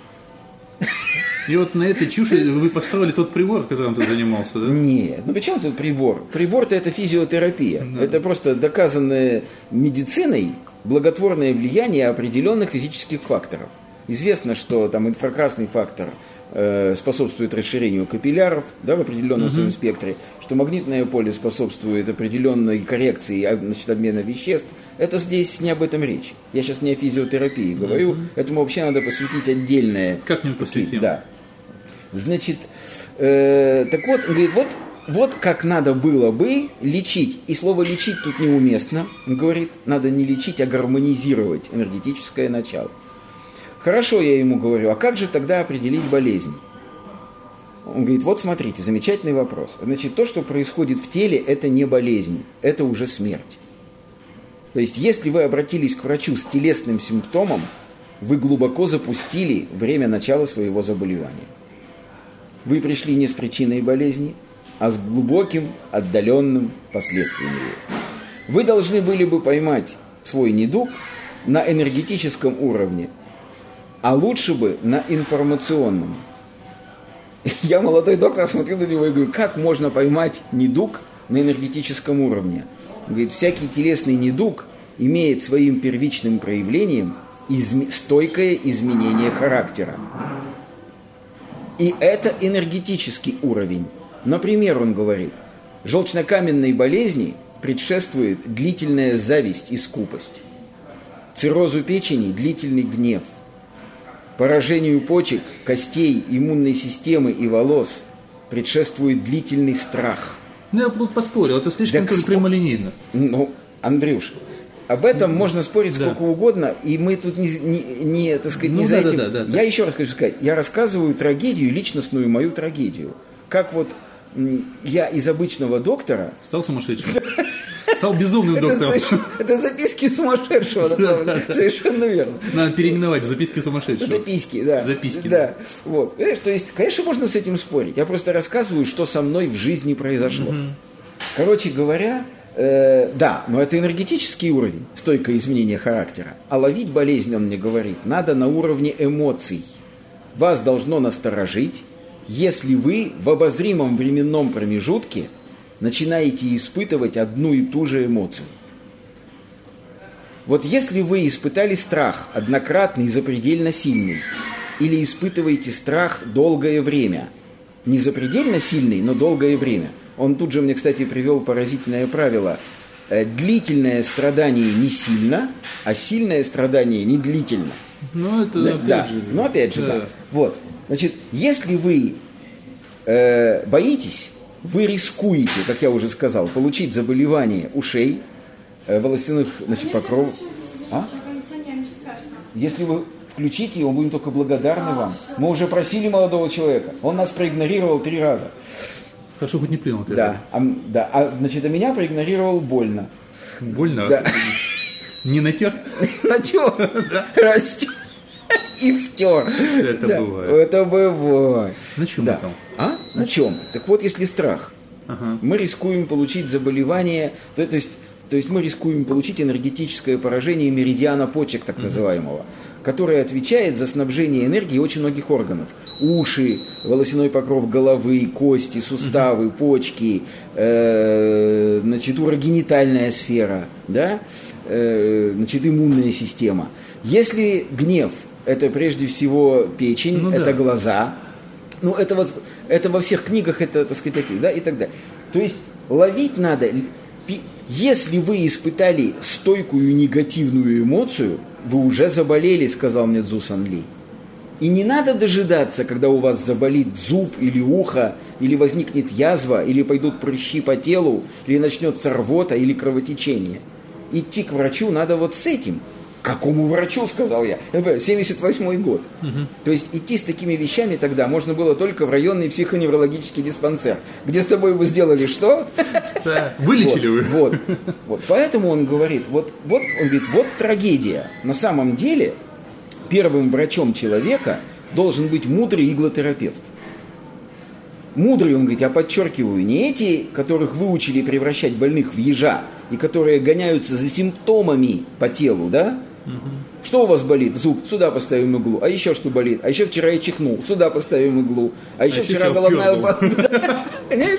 Speaker 3: И вот на этой чуши вы построили тот прибор, которым ты занимался, да?
Speaker 2: Нет, ну почему тут прибор? Прибор-то это физиотерапия. Да. Это просто доказанное медициной благотворное влияние определенных физических факторов. Известно, что там инфракрасный фактор способствует расширению капилляров, да, в определенном своем спектре, что магнитное поле способствует определенной коррекции, обмена веществ. Это здесь не об этом речь. Я сейчас не о физиотерапии говорю, этому вообще надо посвятить отдельное.
Speaker 3: Как-нибудь посвятим.
Speaker 2: Да. Значит, так вот, он говорит, вот как надо было бы лечить. И слово «лечить» тут неуместно. Он говорит, надо не лечить, а гармонизировать энергетическое начало. Хорошо, я ему говорю, а как же тогда определить болезнь? Он говорит, вот смотрите, замечательный вопрос. Значит, то, что происходит в теле, это не болезнь, это уже смерть. То есть, если вы обратились к врачу с телесным симптомом, вы глубоко запустили время начала своего заболевания. Вы пришли не с причиной болезни, а с глубоким, отдаленным последствием его. Вы должны были бы поймать свой недуг на энергетическом уровне, а лучше бы на информационном. Я, молодой доктор, смотрел на него и говорю, как можно поймать недуг на энергетическом уровне? Он говорит, всякий телесный недуг имеет своим первичным проявлением стойкое изменение характера. И это энергетический уровень. Например, он говорит, желчнокаменной болезни предшествует длительная зависть и скупость. Циррозу печени – длительный гнев. Поражению почек, костей, иммунной системы и волос предшествует длительный страх.
Speaker 3: Ну, я тут поспорил, это слишком прямолинейно.
Speaker 2: Ну, Андрюш, об этом можно спорить сколько угодно, и мы тут не за этим. Да. Я еще раз хочу сказать, я рассказываю трагедию, личностную мою трагедию. Как вот я из обычного доктора...
Speaker 3: Стал сумасшедшим. Стал безумным доктором.
Speaker 2: Это записки сумасшедшего, на самом деле. Совершенно верно.
Speaker 3: Надо переименовать записки сумасшедшего.
Speaker 2: Записки, да.
Speaker 3: Записки.
Speaker 2: Да. Вот. То есть, конечно, можно с этим спорить. Я просто рассказываю, что со мной в жизни произошло. Короче говоря, да, но это энергетический уровень, стойкое изменение характера. А ловить болезнь, он мне говорит, надо на уровне эмоций. Вас должно насторожить, если вы в обозримом временном промежутке начинаете испытывать одну и ту же эмоцию. Вот если вы испытали страх однократный и запредельно сильный, или испытываете страх долгое время, не запредельно сильный, но долгое время, он тут же мне, кстати, привел поразительное правило: длительное страдание не сильно, а сильное страдание не длительно.
Speaker 3: Ну, это
Speaker 2: опять же, да. Вот. Значит, если вы боитесь, вы рискуете, как я уже сказал, получить заболевание ушей, волосяных, покровов. Если вы включите его, будем только благодарны вам. Мы уже просили молодого человека, он нас проигнорировал 3 раза.
Speaker 3: Хорошо, хоть не плюнул.
Speaker 2: Да, значит, меня проигнорировал больно.
Speaker 3: Больно?
Speaker 2: Да.
Speaker 3: Не натер?
Speaker 2: Натер, растер и втер.
Speaker 3: Это бывает.
Speaker 2: Это бывает.
Speaker 3: На чем там?
Speaker 2: На чем? Так вот, если страх, мы рискуем получить заболевание, то есть мы рискуем получить энергетическое поражение меридиана почек, так называемого, которое отвечает за снабжение энергией очень многих органов. Уши, волосяной покров головы, кости, суставы, почки, урогенитальная сфера, да? Иммунная система. Если гнев – это прежде всего печень, это глаза, это во всех книгах, это, так сказать, да, и так далее. То есть ловить надо, если вы испытали стойкую негативную эмоцию, вы уже заболели, сказал мне Цзу Санли. И не надо дожидаться, когда у вас заболит зуб или ухо, или возникнет язва, или пойдут прыщи по телу, или начнется рвота, или кровотечение. Идти к врачу надо вот с этим. Какому врачу, сказал я. 78-й год. То есть идти с такими вещами тогда можно было только в районный психоневрологический диспансер, где с тобой бы сделали что?
Speaker 3: Да, вылечили вы.
Speaker 2: Вот. Поэтому он говорит, вот трагедия. На самом деле первым врачом человека должен быть мудрый иглотерапевт. Мудрый, он говорит, я подчеркиваю, не эти, которых выучили превращать больных в ежа, и которые гоняются за симптомами по телу, да? Что у вас болит? Зуб, сюда поставим иглу. А еще что болит? А еще вчера я чихнул, сюда поставим иглу. А еще вчера головная боль. Понимаешь?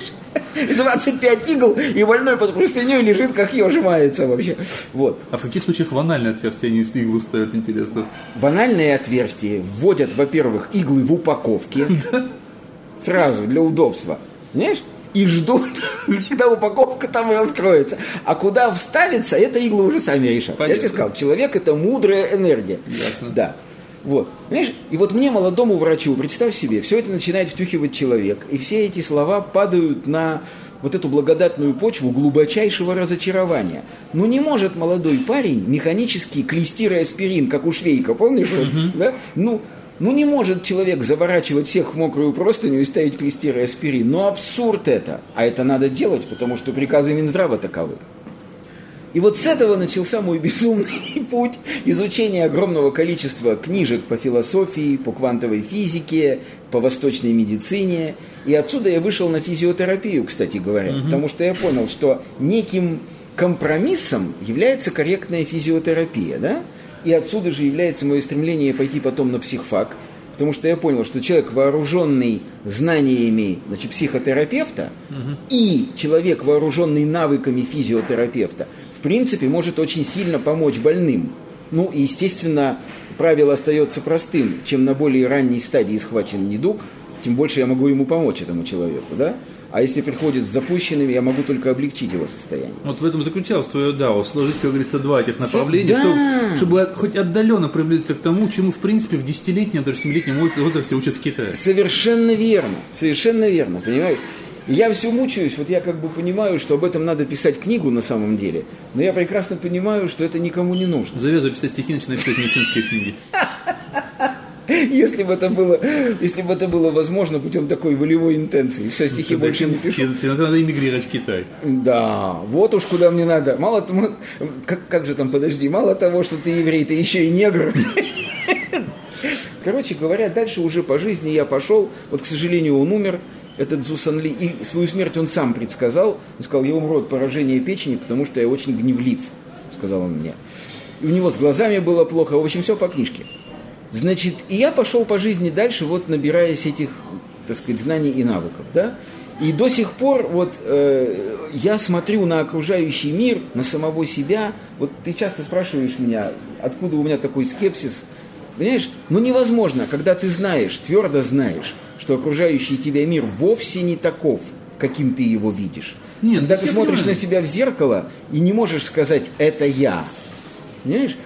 Speaker 2: 25 игл, и больной под простыней лежит, как ежи мается вообще. Вот.
Speaker 3: А в каких случаях в анальное отверстие они иглу ставят, интересно?
Speaker 2: В анальное отверстие вводят, во-первых, иглы в упаковке. Сразу, для удобства. Понимаешь? И ждут, когда упаковка там раскроется. А куда вставится, это иглы уже сами решат. Понятно. Я тебе сказал, человек – это мудрая энергия.
Speaker 3: Ясно.
Speaker 2: Да. Вот. Понимаешь? И вот мне, молодому врачу, представь себе, все это начинает втюхивать человек, и все эти слова падают на вот эту благодатную почву глубочайшего разочарования. Ну не может молодой парень механически клестирый аспирин, как у Швейка, помнишь? Да? Ну не может человек заворачивать всех в мокрую простыню и ставить клестирый аспирин. Ну абсурд это. А это надо делать, потому что приказы Минздрава таковы. И вот с этого начался мой безумный путь изучения огромного количества книжек по философии, по квантовой физике, по восточной медицине. И отсюда я вышел на физиотерапию, кстати говоря, потому что я понял, что неким компромиссом является корректная физиотерапия, да? И отсюда же является мое стремление пойти потом на психфак, потому что я понял, что человек, вооруженный знаниями, значит, психотерапевта, и человек, вооруженный навыками физиотерапевта, в принципе, может очень сильно помочь больным. Ну, и, естественно, правило остается простым. Чем на более ранней стадии схвачен недуг, тем больше я могу ему помочь, этому человеку, да? А если приходит с запущенными, я могу только облегчить его состояние.
Speaker 3: Вот в этом заключалось твое дао, сложить, как говорится, два этих направления, чтобы хоть отдаленно приблизиться к тому, чему, в принципе, в 10-летнем, даже 7-летнем возрасте учат в Китае.
Speaker 2: Совершенно верно, понимаешь? Я все мучаюсь, вот я как бы понимаю, что об этом надо писать книгу на самом деле, но я прекрасно понимаю, что это никому не нужно.
Speaker 3: Завязывай писать стихи, начинай писать медицинские книги.
Speaker 2: Если бы это было возможно путем такой волевой интенции. Все, стихи больше не пишу.
Speaker 3: Надо эмигрировать в Китай.
Speaker 2: Да, вот уж куда мне надо. Мало того, мало того, что ты еврей, ты еще и негр. Короче говоря, дальше уже по жизни я пошел. Вот, к сожалению, он умер, этот Цзу Санли, и свою смерть он сам предсказал. Он сказал, я умру от поражения печени, потому что я очень гневлив, сказал он мне. И у него с глазами было плохо. В общем, все по книжке. Значит, и я пошел по жизни дальше, вот набираясь этих, так сказать, знаний и навыков, да. И до сих пор вот я смотрю на окружающий мир, на самого себя. Вот ты часто спрашиваешь меня, откуда у меня такой скепсис. Понимаешь, ну невозможно, когда ты знаешь, твердо знаешь, что окружающий тебя мир вовсе не таков, каким ты его видишь. Нет, когда ты смотришь на себя в зеркало и не можешь сказать «это я», понимаешь?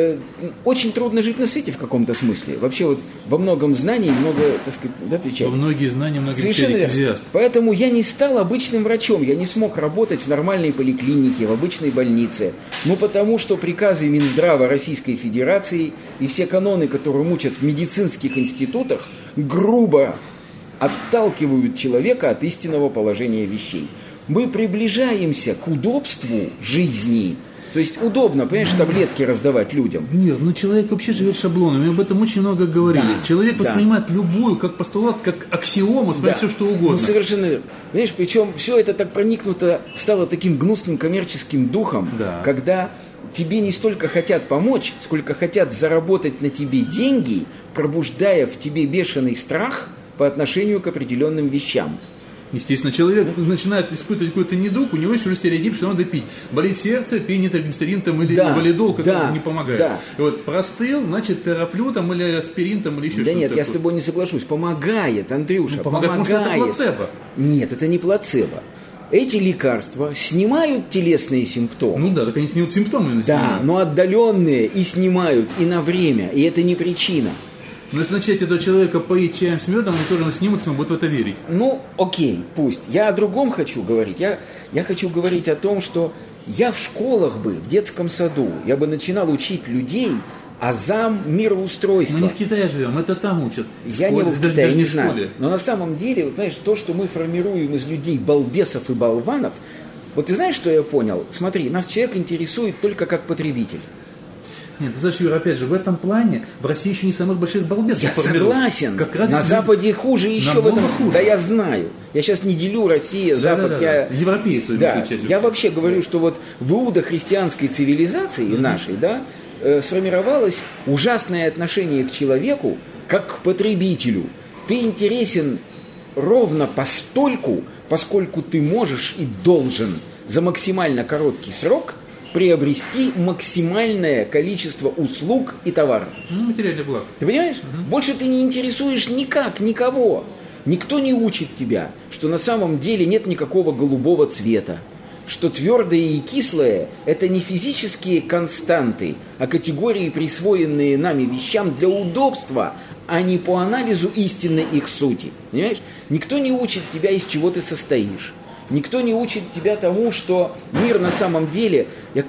Speaker 2: Очень трудно жить на свете в каком-то смысле. Вообще вот во многом знаний много, так сказать, да, отвечать.
Speaker 3: Во многие знания, много энтузиаст.
Speaker 2: Поэтому я не стал обычным врачом, я не смог работать в нормальной поликлинике, в обычной больнице. Ну потому что приказы Минздрава Российской Федерации и все каноны, которые мучат в медицинских институтах, грубо отталкивают человека от истинного положения вещей. Мы приближаемся к удобству жизни. То есть удобно, понимаешь, таблетки раздавать людям.
Speaker 3: Нет, ну человек вообще живет шаблонами, мы об этом очень много говорили. Да, человек воспринимает любую, как постулат, как аксиому, все что угодно.
Speaker 2: Ну совершенно верно. Понимаешь, причем все это так проникнуто, стало таким гнусным коммерческим духом, когда тебе не столько хотят помочь, сколько хотят заработать на тебе деньги, пробуждая в тебе бешеный страх по отношению к определенным вещам.
Speaker 3: Естественно, человек начинает испытывать какой-то недуг, у него есть уже стереотип, что надо пить. Болит сердце, пей нитроглицерин там, или валидол, который не помогает. Да. И вот простыл, значит, терафлю там, или аспирин там, или еще что-то.
Speaker 2: Да нет,
Speaker 3: такое.
Speaker 2: я с тобой не соглашусь. Помогает, Андрюша,
Speaker 3: помогает. Может, это плацебо?
Speaker 2: Нет, это не плацебо. Эти лекарства снимают телесные симптомы.
Speaker 3: Ну да, так они снимают симптомы.
Speaker 2: Да, но отдаленные и снимают, и на время, и это не причина.
Speaker 3: Но если начать этого человека поить чаем с медом, он тоже снимется, он будет в это верить.
Speaker 2: Ну, окей, пусть. Я о другом хочу говорить. Я хочу говорить о том, что я в школах бы, в детском саду, я бы начинал учить людей азам мироустройства.
Speaker 3: Мы не в Китае живем, это там учат.
Speaker 2: Я не в Китае, не знаю. Но на самом деле, вот, знаешь, то, что мы формируем из людей балбесов и болванов, вот ты знаешь, что я понял? Смотри, нас человек интересует только как потребитель.
Speaker 3: Нет, ты знаешь, Юра, опять же, в этом плане в России еще не самых больших балбесов.
Speaker 2: Я согласен. Как раз на Западе хуже еще в этом. Хуже. Да я знаю. Я сейчас не делю Россия, Запад.
Speaker 3: Да. Европейцы.
Speaker 2: Да. Я вообще говорю, что вот в иудохристианской цивилизации нашей, сформировалось ужасное отношение к человеку как к потребителю. Ты интересен ровно постольку, поскольку ты можешь и должен за максимально короткий срок приобрести максимальное количество услуг и товаров.
Speaker 3: Материальный благ.
Speaker 2: Ты понимаешь? Больше ты не интересуешь никого. Никто не учит тебя, что на самом деле нет никакого голубого цвета, что твердое и кислое – это не физические константы, а категории, присвоенные нами вещам для удобства, а не по анализу истинной их сути. Понимаешь? Никто не учит тебя, из чего ты состоишь. Никто не учит тебя тому, что мир на самом деле...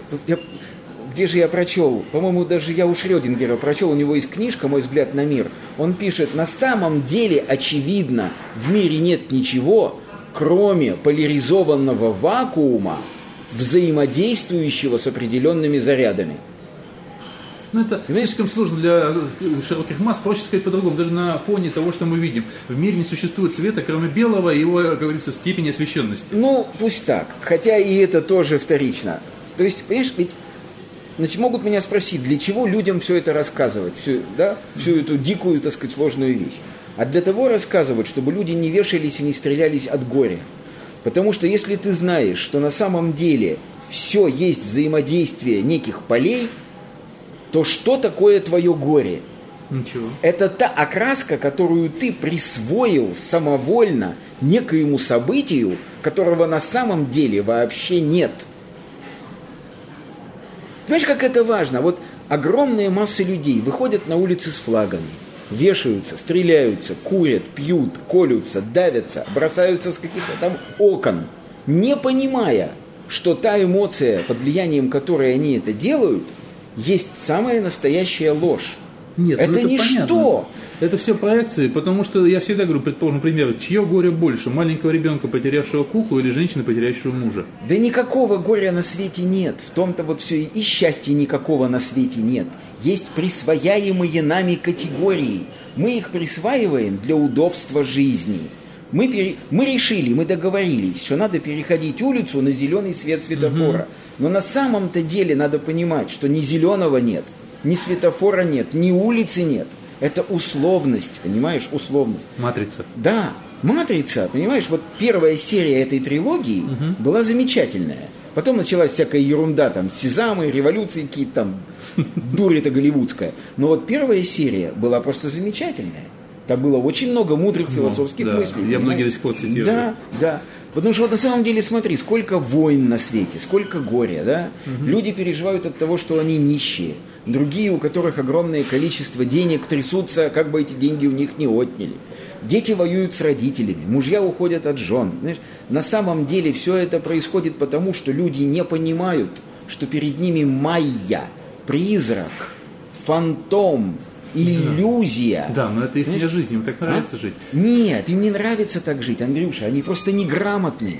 Speaker 2: Где же я прочел? По-моему, даже я у Шрёдингера прочел, у него есть книжка «Мой взгляд на мир». Он пишет, на самом деле, очевидно, в мире нет ничего, кроме поляризованного вакуума, взаимодействующего с определенными зарядами.
Speaker 3: Ну, это слишком сложно для широких масс, проще сказать по-другому, даже на фоне того, что мы видим. В мире не существует цвета, кроме белого и его, как говорится, степени освещенности.
Speaker 2: Ну, пусть так, хотя и это тоже вторично. То есть, понимаешь, ведь могут меня спросить, для чего людям все это рассказывать, всю эту дикую, так сказать, сложную вещь. А для того рассказывать, чтобы люди не вешались и не стрелялись от горя. Потому что если ты знаешь, что на самом деле все есть взаимодействие неких полей, то что такое твое горе?
Speaker 3: Ничего.
Speaker 2: Это та окраска, которую ты присвоил самовольно некоему событию, которого на самом деле вообще нет. Понимаешь, как это важно? Вот огромные массы людей выходят на улицы с флагами, вешаются, стреляются, курят, пьют, колются, давятся, бросаются с каких-то там окон, не понимая, что та эмоция, под влиянием которой они это делают, есть самая настоящая ложь.
Speaker 3: Нет,
Speaker 2: это ничто.
Speaker 3: Понятно. Это все проекции, потому что я всегда говорю, предположим, пример, чье горе больше, маленького ребенка, потерявшего куклу, или женщины, потерявшего мужа?
Speaker 2: Да никакого горя на свете нет. В том-то вот все и счастья никакого на свете нет. Есть присвояемые нами категории. Мы их присваиваем для удобства жизни. Мы решили, мы договорились, что надо переходить улицу на зеленый свет светофора. Но на самом-то деле надо понимать, что ни зеленого нет, ни светофора нет, ни улицы нет. Это условность, понимаешь, условность.
Speaker 3: Матрица.
Speaker 2: Да, матрица, понимаешь, вот первая серия этой трилогии была замечательная. Потом началась всякая ерунда, там, Сезамы, революции какие-то там, дурь-то голливудская. Но вот первая серия была просто замечательная. Там было очень много мудрых философских мыслей.
Speaker 3: Я многие до сих пор цитирую.
Speaker 2: Да. Потому что вот на самом деле, смотри, сколько войн на свете, сколько горя, да? Люди переживают от того, что они нищие. Другие, у которых огромное количество денег, трясутся, как бы эти деньги у них не отняли. Дети воюют с родителями, мужья уходят от жен. Знаешь, на самом деле все это происходит потому, что люди не понимают, что перед ними майя, призрак, фантом, иллюзия.
Speaker 3: Да, но это их не жизнь, им так нравится жить.
Speaker 2: Нет, им не нравится так жить, Андрюша, они просто неграмотные.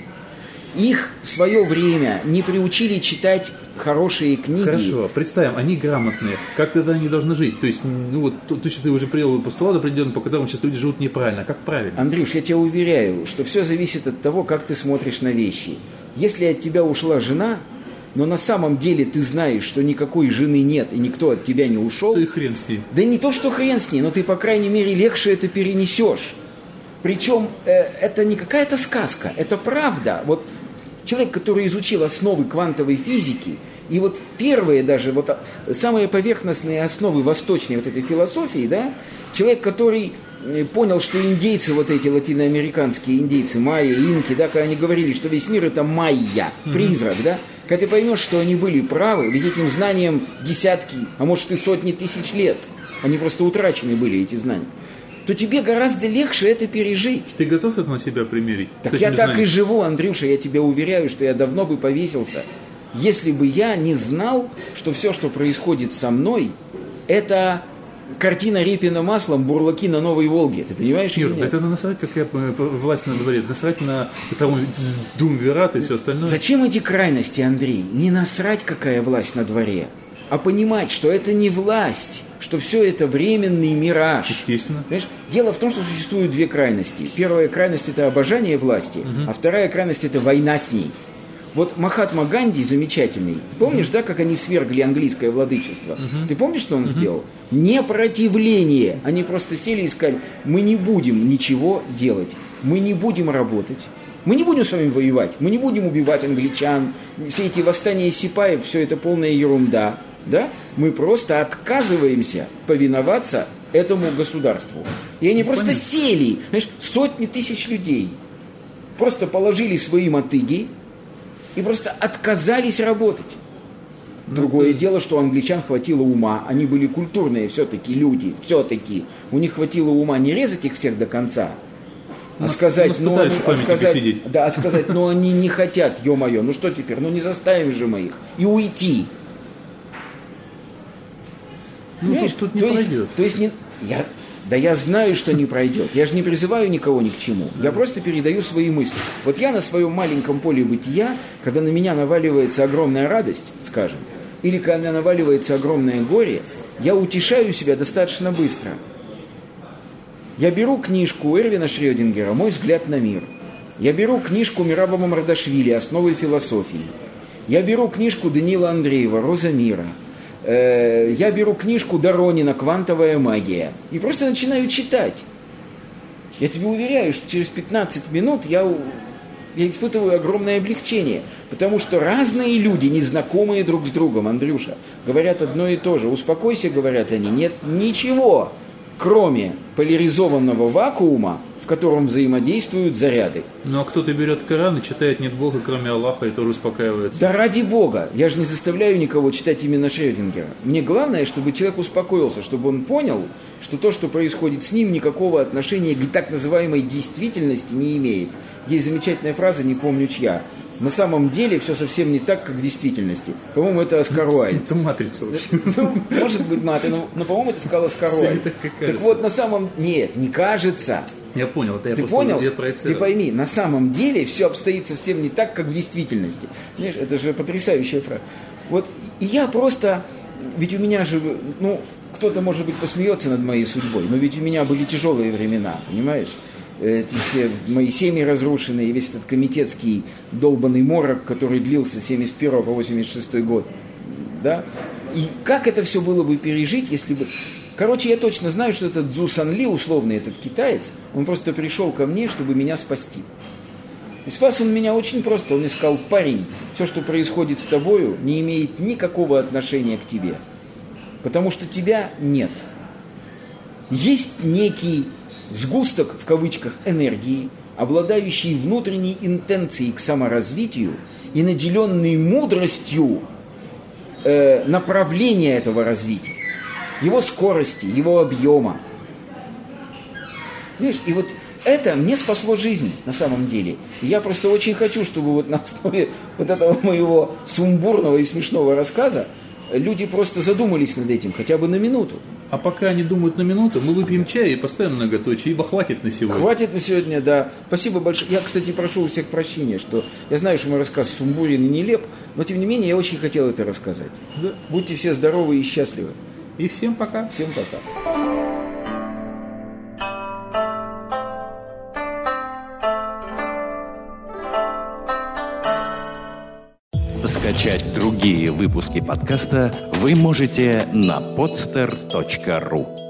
Speaker 2: Их в свое время не приучили читать хорошие книги.
Speaker 3: Хорошо, представим, они грамотные. Как тогда они должны жить? То есть, точно ты уже привел постулат определенный, по которому сейчас люди живут неправильно. А как правильно?
Speaker 2: Андрюш, я тебя уверяю, что все зависит от того, как ты смотришь на вещи. Если от тебя ушла жена, но на самом деле ты знаешь, что никакой жены нет и никто от тебя не ушел.
Speaker 3: То и хрен с ней.
Speaker 2: Да не то, что хрен с ней, но ты, по крайней мере, легче это перенесешь. Причем это не какая-то сказка, это правда. Вот человек, который изучил основы квантовой физики, и вот первые даже, вот самые поверхностные основы восточной вот этой философии, да, человек, который понял, что индейцы, вот эти латиноамериканские индейцы, майя, инки, да, когда они говорили, что весь мир это майя, призрак, да, когда ты поймешь, что они были правы, ведь этим знаниям десятки, а может и сотни тысяч лет, они просто утрачены были, эти знания, то тебе гораздо легче это пережить.
Speaker 3: Ты готов это на себя примерить?
Speaker 2: Так я так и живу, Андрюша, я тебя уверяю, что я давно бы повесился, если бы я не знал, что все, что происходит со мной, это картина Репина маслом, бурлаки на Новой Волге. Ты понимаешь?
Speaker 3: Юр, это насрать, какая власть на дворе, насрать на Думвират и все остальное.
Speaker 2: Зачем эти крайности, Андрей? Не насрать, какая власть на дворе, а понимать, что это не власть, что все это временный мираж.
Speaker 3: Естественно.
Speaker 2: Понимаешь? Дело в том, что существуют две крайности. Первая крайность – это обожание власти, а вторая крайность – это война с ней. Вот Махатма Ганди замечательный. Ты помнишь, да, как они свергли английское владычество? Ты помнишь, что он сделал? Непротивление. Они просто сели и сказали, мы не будем ничего делать, мы не будем работать, мы не будем с вами воевать, мы не будем убивать англичан, все эти восстания сипаев, все это полная ерунда. Да? Мы просто отказываемся повиноваться этому государству. И они просто сели, знаешь, сотни тысяч людей просто положили свои мотыги и просто отказались работать. Другое дело, что у англичан хватило ума, они были культурные все-таки люди, все-таки. У них хватило ума не резать их всех до конца, а сказать, сказать, ну они не хотят, ё-моё, ну что теперь, ну не заставим же мы их, и уйти.
Speaker 3: Ну, тут не пройдет.
Speaker 2: То есть Да я знаю, что не пройдет. Я же не призываю никого ни к чему. Я просто передаю свои мысли. Вот я на своем маленьком поле бытия, когда на меня наваливается огромная радость, скажем, или когда на меня наваливается огромное горе, я утешаю себя достаточно быстро. Я беру книжку Эрвина Шрёдингера «Мой взгляд на мир». Я беру книжку Мираба Мамардашвили «Основы философии». Я беру книжку Даниила Андреева «Роза мира». Я беру книжку Доронина «Квантовая магия» и просто начинаю читать. Я тебе уверяю, что через 15 минут я испытываю огромное облегчение, потому что разные люди, незнакомые друг с другом, Андрюша, говорят одно и то же. Успокойся, говорят они, нет ничего, кроме поляризованного вакуума, в котором взаимодействуют заряды.
Speaker 3: Ну а кто-то берет Коран и читает «Нет Бога, кроме Аллаха», и тоже успокаивается.
Speaker 2: Да ради Бога! Я же не заставляю никого читать именно Шрёдингера. Мне главное, чтобы человек успокоился, чтобы он понял, что то, что происходит с ним, никакого отношения к так называемой действительности не имеет. Есть замечательная фраза, не помню чья. На самом деле все совсем не так, как в действительности. По-моему, это Оскар Уайльд.
Speaker 3: Это «Матрица» вообще.
Speaker 2: Ну, может быть, но по-моему, это сказал Оскар Уайльд. Так вот, на самом... Нет, не кажется.
Speaker 3: Я понял, это я
Speaker 2: Ты
Speaker 3: просто
Speaker 2: понял?
Speaker 3: проецировал.
Speaker 2: Ты пойми, на самом деле все обстоит совсем не так, как в действительности. Понимаешь, это же потрясающая фраза. Вот, и я просто... Ведь у меня же... Ну, кто-то, может быть, посмеется над моей судьбой, но ведь у меня были тяжелые времена, понимаешь? Эти все мои семьи разрушенные, весь этот комитетский долбанный морок, который длился с 71 по 86 год. Да? И как это все было бы пережить, если бы... Короче, я точно знаю, что этот Цзу Санли, условный этот китаец, он просто пришел ко мне, чтобы меня спасти. И спас он меня очень просто. Он мне сказал: парень, все, что происходит с тобою, не имеет никакого отношения к тебе. Потому что тебя нет. Есть некий сгусток, в кавычках, энергии, обладающий внутренней интенцией к саморазвитию и наделенный мудростью направления этого развития, его скорости, его объема. Видишь, и вот это мне спасло жизнь на самом деле. И я просто очень хочу, чтобы вот на основе вот этого моего сумбурного и смешного рассказа люди просто задумались над этим, хотя бы на минуту.
Speaker 3: А пока они думают на минуту, мы выпьем чай и поставим многоточие, ибо хватит на сегодня.
Speaker 2: Хватит на сегодня, да. Спасибо большое. Я, кстати, прошу у всех прощения, что я знаю, что мой рассказ сумбурен и нелеп, но тем не менее я очень хотел это рассказать.
Speaker 3: Да.
Speaker 2: Будьте все здоровы и счастливы.
Speaker 3: И всем пока.
Speaker 2: Всем пока.
Speaker 1: Скачать другие выпуски подкаста вы можете на podster.ru.